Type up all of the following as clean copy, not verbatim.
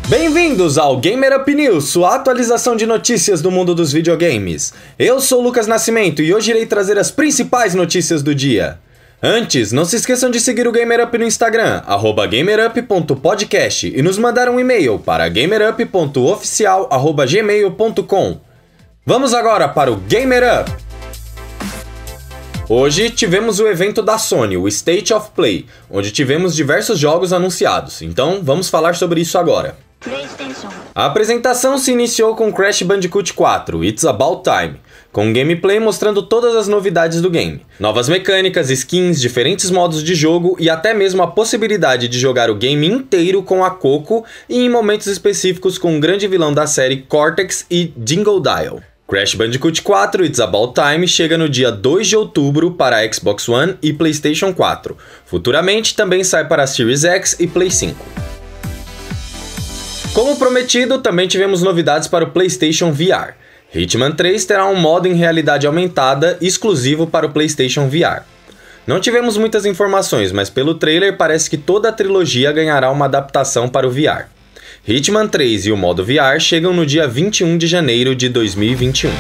Bem-vindos ao Gamer Up News, sua atualização de notícias do mundo dos videogames. Eu sou o Lucas Nascimento e hoje irei trazer as principais notícias do dia. Antes, não se esqueçam de seguir o Gamer Up no Instagram, @gamerup.podcast, e nos mandar um e-mail para gamerup.oficial@gmail.com. Vamos agora para o Gamer Up! Hoje tivemos o evento da Sony, o State of Play, onde tivemos diversos jogos anunciados, então vamos falar sobre isso agora. A apresentação se iniciou com Crash Bandicoot 4, It's About Time, com um gameplay mostrando todas as novidades do game, novas mecânicas, skins, diferentes modos de jogo e até mesmo a possibilidade de jogar o game inteiro com a Coco e em momentos específicos com um grande vilão da série Cortex e Dingodile. Crash Bandicoot 4 It's About Time chega no dia 2 de outubro para Xbox One e PlayStation 4. Futuramente também sai para Series X e Play 5. Como prometido, também tivemos novidades para o PlayStation VR. Hitman 3 terá um modo em realidade aumentada exclusivo para o PlayStation VR. Não tivemos muitas informações, mas pelo trailer parece que toda a trilogia ganhará uma adaptação para o VR. Hitman 3 e o modo VR chegam no dia 21 de janeiro de 2021.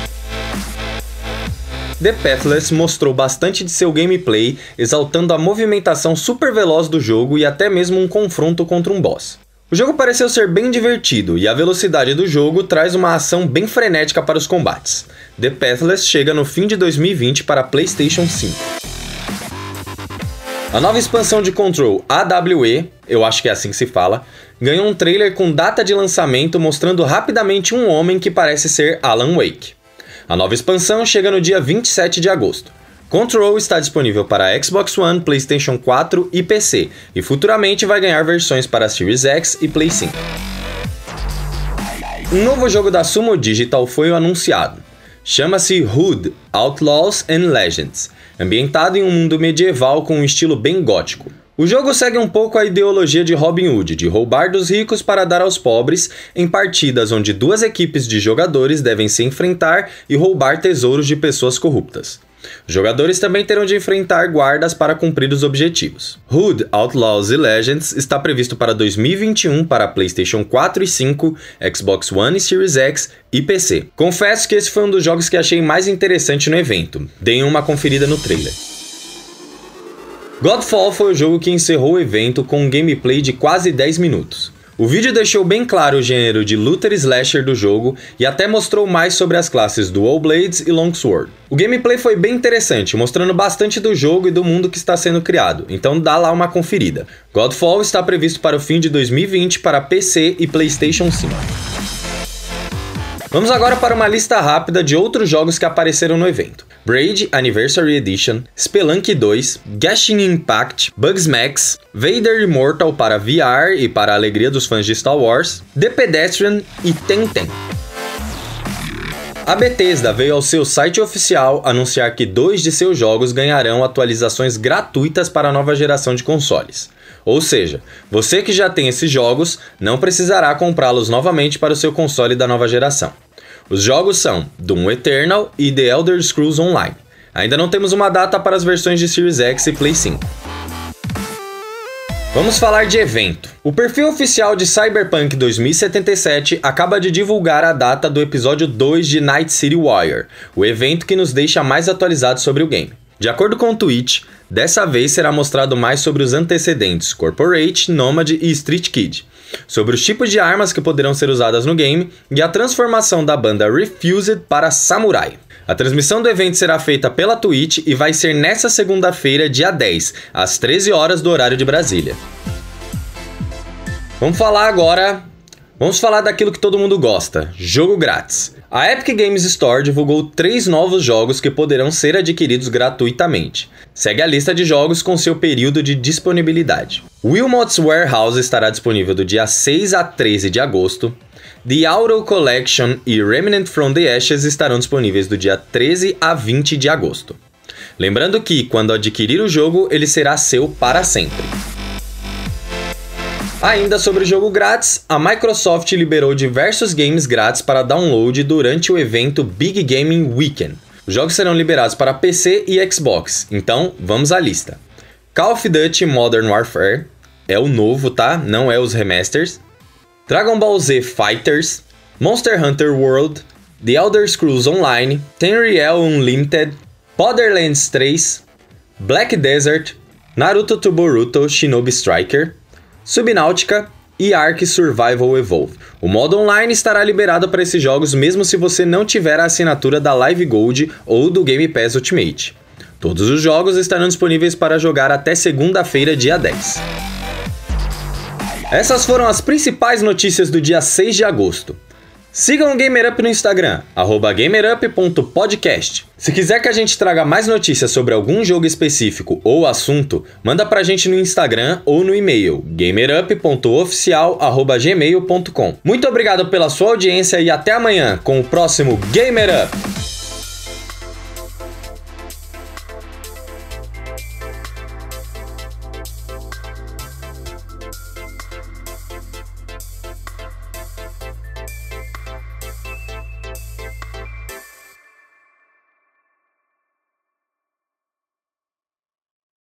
The Pathless mostrou bastante de seu gameplay, exaltando a movimentação super veloz do jogo e até mesmo um confronto contra um boss. O jogo pareceu ser bem divertido e a velocidade do jogo traz uma ação bem frenética para os combates. The Pathless chega no fim de 2020 para PlayStation 5. A nova expansão de Control, AWE, eu acho que é assim que se fala, ganhou um trailer com data de lançamento mostrando rapidamente um homem que parece ser Alan Wake. A nova expansão chega no dia 27 de agosto. Control está disponível para Xbox One, PlayStation 4 e PC, e futuramente vai ganhar versões para Series X e Play 5. Um novo jogo da Sumo Digital foi anunciado. Chama-se Hood: Outlaws and Legends, ambientado em um mundo medieval com um estilo bem gótico. O jogo segue um pouco a ideologia de Robin Hood, de roubar dos ricos para dar aos pobres, em partidas onde duas equipes de jogadores devem se enfrentar e roubar tesouros de pessoas corruptas. Os jogadores também terão de enfrentar guardas para cumprir os objetivos. Hood: Outlaws e Legends está previsto para 2021 para PlayStation 4 e 5, Xbox One e Series X e PC. Confesso que esse foi um dos jogos que achei mais interessante no evento. Deem uma conferida no trailer. Godfall foi o jogo que encerrou o evento com um gameplay de quase 10 minutos. O vídeo deixou bem claro o gênero de looter slasher do jogo e até mostrou mais sobre as classes Dual Blades e Longsword. O gameplay foi bem interessante, mostrando bastante do jogo e do mundo que está sendo criado, então dá lá uma conferida. Godfall está previsto para o fim de 2020 para PC e PlayStation 5. Vamos agora para uma lista rápida de outros jogos que apareceram no evento. Braid Anniversary Edition, Spelunky 2, Genshin Impact, Bugsnax, Vader Immortal para VR e para a alegria dos fãs de Star Wars, The Pedestrian e Tenten. A Bethesda veio ao seu site oficial anunciar que 2 de seus jogos ganharão atualizações gratuitas para a nova geração de consoles. Ou seja, você que já tem esses jogos não precisará comprá-los novamente para o seu console da nova geração. Os jogos são Doom Eternal e The Elder Scrolls Online. Ainda não temos uma data para as versões de Series X e Play 5. Vamos falar de evento. O perfil oficial de Cyberpunk 2077 acaba de divulgar a data do episódio 2 de Night City Wire, o evento que nos deixa mais atualizados sobre o game. De acordo com o Twitch, dessa vez será mostrado mais sobre os antecedentes Corporate, Nomad e Street Kid, sobre os tipos de armas que poderão ser usadas no game e a transformação da banda Refused para Samurai. A transmissão do evento será feita pela Twitch e vai ser nesta segunda-feira, dia 10, às 13 horas do horário de Brasília. Vamos falar daquilo que todo mundo gosta, jogo grátis. A Epic Games Store divulgou 3 novos jogos que poderão ser adquiridos gratuitamente. Segue a lista de jogos com seu período de disponibilidade. Wilmot's Warehouse estará disponível do dia 6 a 13 de agosto. The Auto Collection e Remnant from the Ashes estarão disponíveis do dia 13 a 20 de agosto. Lembrando que, quando adquirir o jogo, ele será seu para sempre. Ainda sobre o jogo grátis, a Microsoft liberou diversos games grátis para download durante o evento Big Gaming Weekend. Os jogos serão liberados para PC e Xbox, então vamos à lista. Call of Duty Modern Warfare, é o novo, tá? Não é os remasters. Dragon Ball Z Fighters, Monster Hunter World, The Elder Scrolls Online, Tenryel Unlimited, Borderlands 3, Black Desert, Naruto to Boruto Shinobi Striker, Subnautica e Ark Survival Evolved. O modo online estará liberado para esses jogos mesmo se você não tiver a assinatura da Live Gold ou do Game Pass Ultimate. Todos os jogos estarão disponíveis para jogar até segunda-feira, dia 10. Essas foram as principais notícias do dia 6 de agosto. Sigam o GamerUp no Instagram, @gamerup.podcast. Se quiser que a gente traga mais notícias sobre algum jogo específico ou assunto, manda pra gente no Instagram ou no e-mail gamerup.oficial@gmail.com. Muito obrigado pela sua audiência e até amanhã com o próximo Gamer Up!